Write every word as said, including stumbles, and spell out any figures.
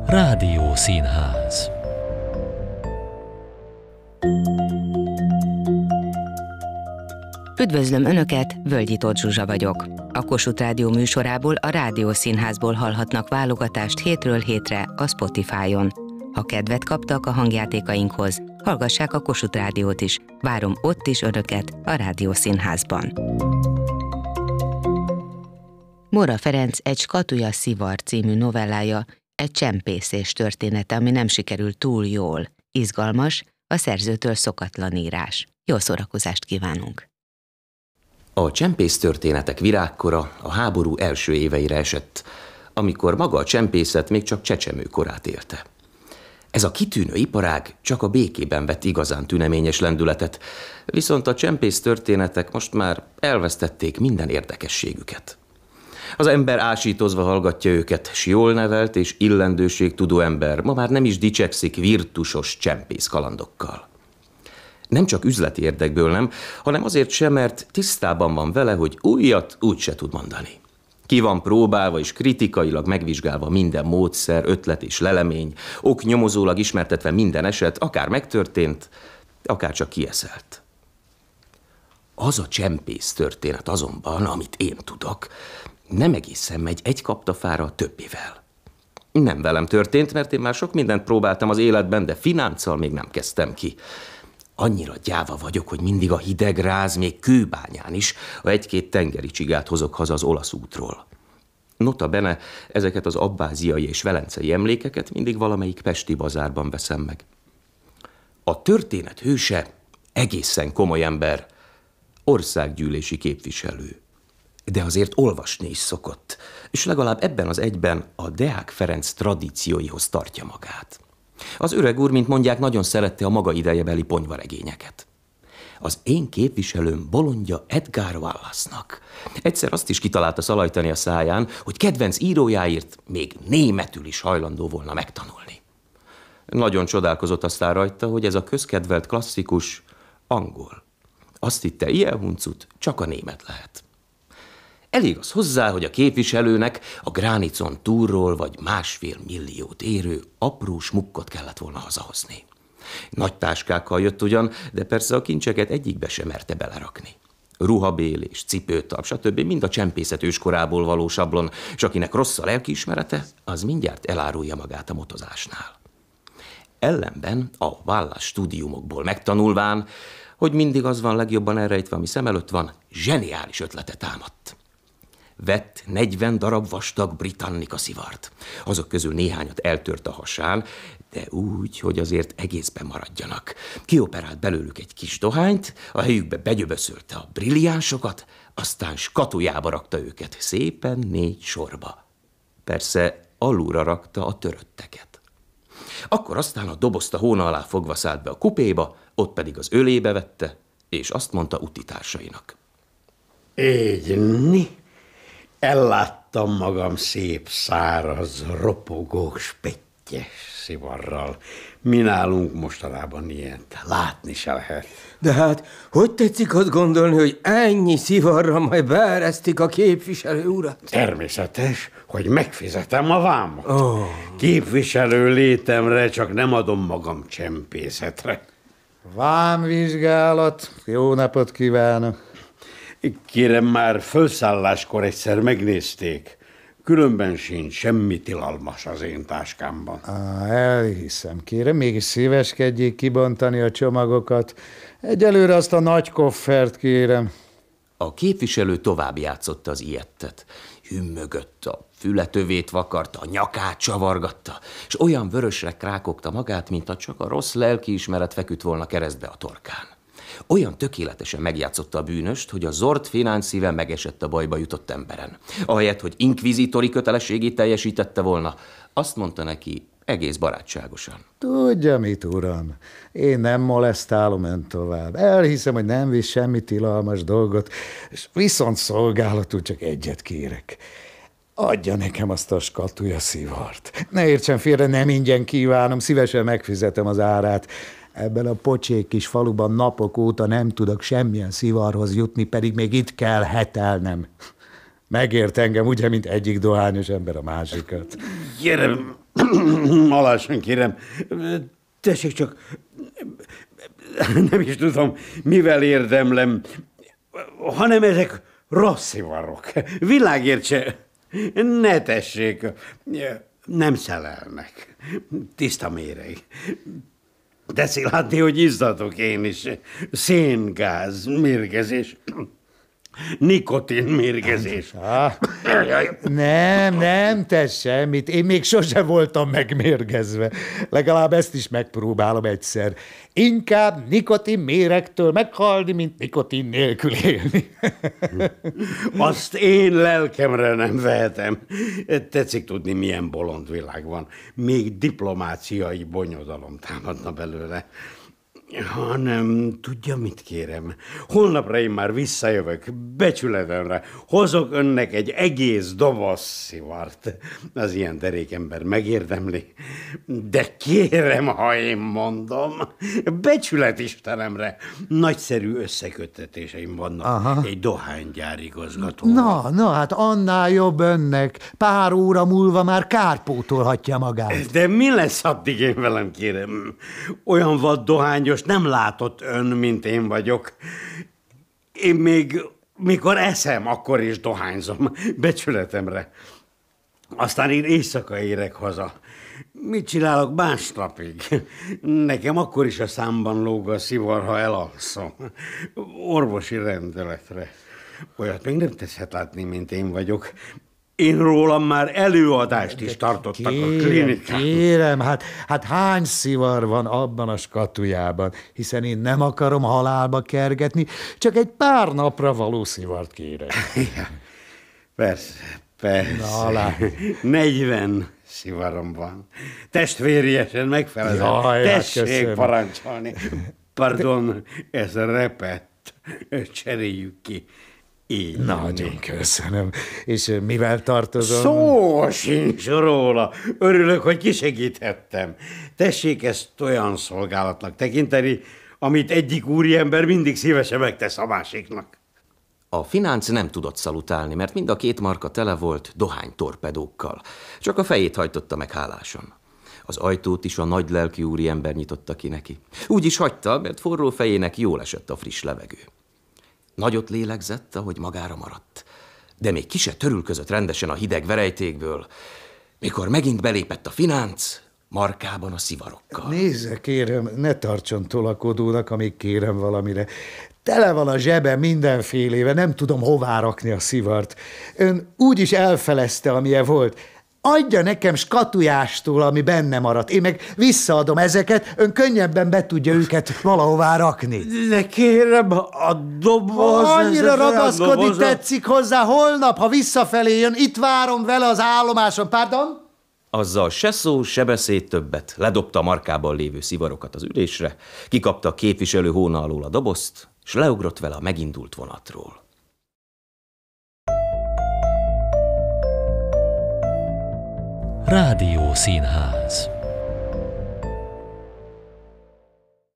Rádió Színház. Üdvözlöm Önöket, Völgyi Tóth Zsuzsa vagyok. A Kossuth Rádió műsorából, a Rádió Színházból hallhatnak válogatást hétről hétre a Spotify-on. Ha kedvet kaptak a hangjátékainkhoz, hallgassák a Kossuth Rádiót is. Várom ott is Önöket a Rádió Színházban. Móra Ferenc egy Skatulya Szivar című novellája, egy csempészés története, ami nem sikerült túl jól. Izgalmas, a szerzőtől szokatlan írás. Jó szórakozást kívánunk! A csempész történetek virágkora a háború első éveire esett, amikor maga a csempészet még csak csecsemő korát élte. Ez a kitűnő iparág csak a békében vett igazán tüneményes lendületet, viszont a csempész történetek most már elvesztették minden érdekességüket. Az ember ásítozva hallgatja őket, s jól nevelt és illendőségtudó ember ma már nem is dicsekszik virtusos csempész kalandokkal. Nem csak üzleti érdekből nem, hanem azért sem, mert tisztában van vele, hogy újat úgyse tud mondani. Ki van próbálva és kritikailag megvizsgálva minden módszer, ötlet és lelemény, oknyomozólag ismertetve minden eset, akár megtörtént, akár csak kieszelt. Az a csempész történet azonban, amit én tudok, nem egészen megy egy kaptafára a többivel. Nem velem történt, mert én már sok mindent próbáltam az életben, de finánccal még nem kezdtem ki. Annyira gyáva vagyok, hogy mindig a hideg ráz, még Kőbányán is, ha egy-két tengeri csigát hozok haza az olasz útról. Nota bene, ezeket az abbáziai és velencei emlékeket mindig valamelyik pesti bazárban veszem meg. A történet hőse egészen komoly ember, országgyűlési képviselő. De azért olvasni is szokott, és legalább ebben az egyben a Deák Ferenc tradícióihoz tartja magát. Az öreg úr, mint mondják, nagyon szerette a maga idejebeli ponyvaregényeket. Az én képviselőm bolondja Edgar Wallace-nak egyszer azt is kitalálta szalajtani a száján, hogy kedvenc írójáért még németül is hajlandó volna megtanulni. Nagyon csodálkozott aztán rajta, hogy ez a közkedvelt klasszikus angol. Azt hitte, ilyen huncut csak a német lehet. Elég az hozzá, hogy a képviselőnek a Gránicon túlról vagy másfél milliót érő apró smukkot kellett volna hazahozni. Nagy táskákkal jött ugyan, de persze a kincseket egyikbe sem merte belerakni. Ruhabélés, cipőtalp, stb. Mind a csempészet őskorából való sablon, és akinek rossz a lelkiismerete, az mindjárt elárulja magát a motozásnál. Ellenben a Wallace stúdiumokból megtanulván, hogy mindig az van legjobban elrejtve, ami szem előtt van, zseniális ötlete támadt. Vett negyven darab vastag Britannica szivart. Azok közül néhányat eltört a hasán, de úgy, hogy azért egészben maradjanak. Kioperált belőlük egy kis dohányt, a helyükbe begyöböszölte a brilliánsokat, aztán skatujába rakta őket szépen négy sorba. Persze alulra rakta a törötteket. Akkor aztán a dobozt a hóna alá fogva szállt be a kupéba, ott pedig az ölébe vette, és azt mondta utitársainak. Égyni, elláttam magam szép, száraz, ropogó, spettyes szivarral. Mi nálunk mostanában ilyet látni se lehet. De hát, hogy tetszik azt gondolni, hogy ennyi szivarra majd beeresztik a képviselő urat? Természetes, hogy megfizetem a vámot. Oh. Képviselő létemre csak nem adom magam csempészetre. Vámvizsgálat. Jó napot kívánok. Kérem, már felszálláskor egyszer megnézték. Különben sincs semmi tilalmas az én táskámban. Á, elhiszem, kérem, mégis szíveskedjék kibontani a csomagokat. Egyelőre azt a nagy koffert kérem. A képviselő tovább játszotta az ilyettet. Hümmögött, a fületövét vakarta, a nyakát csavargatta, és olyan vörösre krákogta magát, mint ha csak a rossz lelkiismeret feküdt volna keresztbe a torkán. Olyan tökéletesen megjátszotta a bűnöst, hogy a zord finanszíve megesett a bajba jutott emberen. Ahelyett, hogy inkvizitori kötelességét teljesítette volna, azt mondta neki egész barátságosan. Tudja mit, uram, én nem molesztálom ön tovább. Elhiszem, hogy nem visz semmi tilalmas dolgot, és viszont szolgálatul csak egyet kérek. Adja nekem azt a Skatulya szivart. Ne értsen félre, nem ingyen kívánom, szívesen megfizetem az árát. Ebben a pocsék kis faluban napok óta nem tudok semmilyen szivarhoz jutni, pedig még itt kell hetelnem. Megért engem, ugye, mint egyik dohányos ember a másikat. Gyere, Alásan kérem, tessék csak, nem is tudom, mivel érdemlem, hanem ezek rossz szivarok. Világért se, ne tessék, nem szelelnek. Tiszta méreg. Teszi látni, hogy izzatok én is. Széngáz, mérgezés, nikotin mérgezés. Ah, nem, nem tesz semmit. Én még sose voltam megmérgezve. Legalább ezt is megpróbálom egyszer. Inkább nikotin méregtől meghalni, mint nikotin nélkül élni. Azt én lelkemre nem vehetem. Tetszik tudni, milyen bolond világ van. Még diplomáciai bonyodalom támadna belőle. Hanem tudja, mit kérem? Holnapra én már visszajövök, becsületemre. Hozok önnek egy egész doboz szivart. Az ilyen derék ember megérdemli. De kérem, ha én mondom, becsület Istenemre. Nagyszerű összeköttetéseim vannak. Aha. Egy dohánygyár igazgató. Na, na, hát annál jobb önnek. Pár óra múlva már kárpótolhatja magát. De mi lesz addig én velem, kérem? Olyan vad dohányos nem látott ön, mint én vagyok. Én még, mikor eszem, akkor is dohányzom, becsületemre. Aztán én éjszaka érek haza. Mit csinálok másnapig? Nekem akkor is a számban lóg a szivar, ha elalszom. Orvosi rendeletre. Olyat még nem teszhet látni, mint én vagyok. Én rólam már előadást is tartottak kérem, a klinikán. Kérem, hát, hát hány szivar van abban a skatujában, hiszen én nem akarom halálba kergetni, csak egy pár napra való szivart kérem. Persze, persze. Na, lát. negyven szivarom van. Testvériesen megfelelően. Jaj, hát tessék köszönöm. parancsolni. Pardon, ez repett. Cseréljük ki. Így. Nagyon köszönöm. És mivel tartozom? Szó sincs róla. Örülök, hogy kisegíthettem. Tessék ezt olyan szolgálatnak tekinteni, amit egyik úriember mindig szívesen megtesz a másiknak. A finánc nem tudott szalutálni, mert mind a két marka tele volt dohánytorpedókkal. Csak a fejét hajtotta meg hálásan. Az ajtót is a nagy lelkű úriember nyitotta ki neki. Úgy is hagyta, mert forró fejének jól esett a friss levegő. Nagyot lélegzett, ahogy magára maradt. De még ki se törülközött rendesen a hideg verejtékből, mikor megint belépett a finánc, markában a szivarokkal. Nézze, kérem, ne tartson tolakodónak, amíg kérem valamire. Tele van a zsebe mindenfélével, nem tudom hová rakni a szivart. Ön úgy is elfelezte, amilyen volt. Adja nekem skatujástól, ami benne maradt. Én meg visszaadom ezeket, ön könnyebben be tudja őket valahová rakni. De kérem, a doboz... Annyira ragaszkodni tetszik hozzá, holnap, ha visszafelé jön, itt várom vele az állomáson. Pardon? Azzal se szó, se beszéd többet. Ledobta a markában lévő szivarokat az ülésre, kikapta a képviselő hóna alól a dobozt, s leugrott vele a megindult vonatról. Rádió Színház.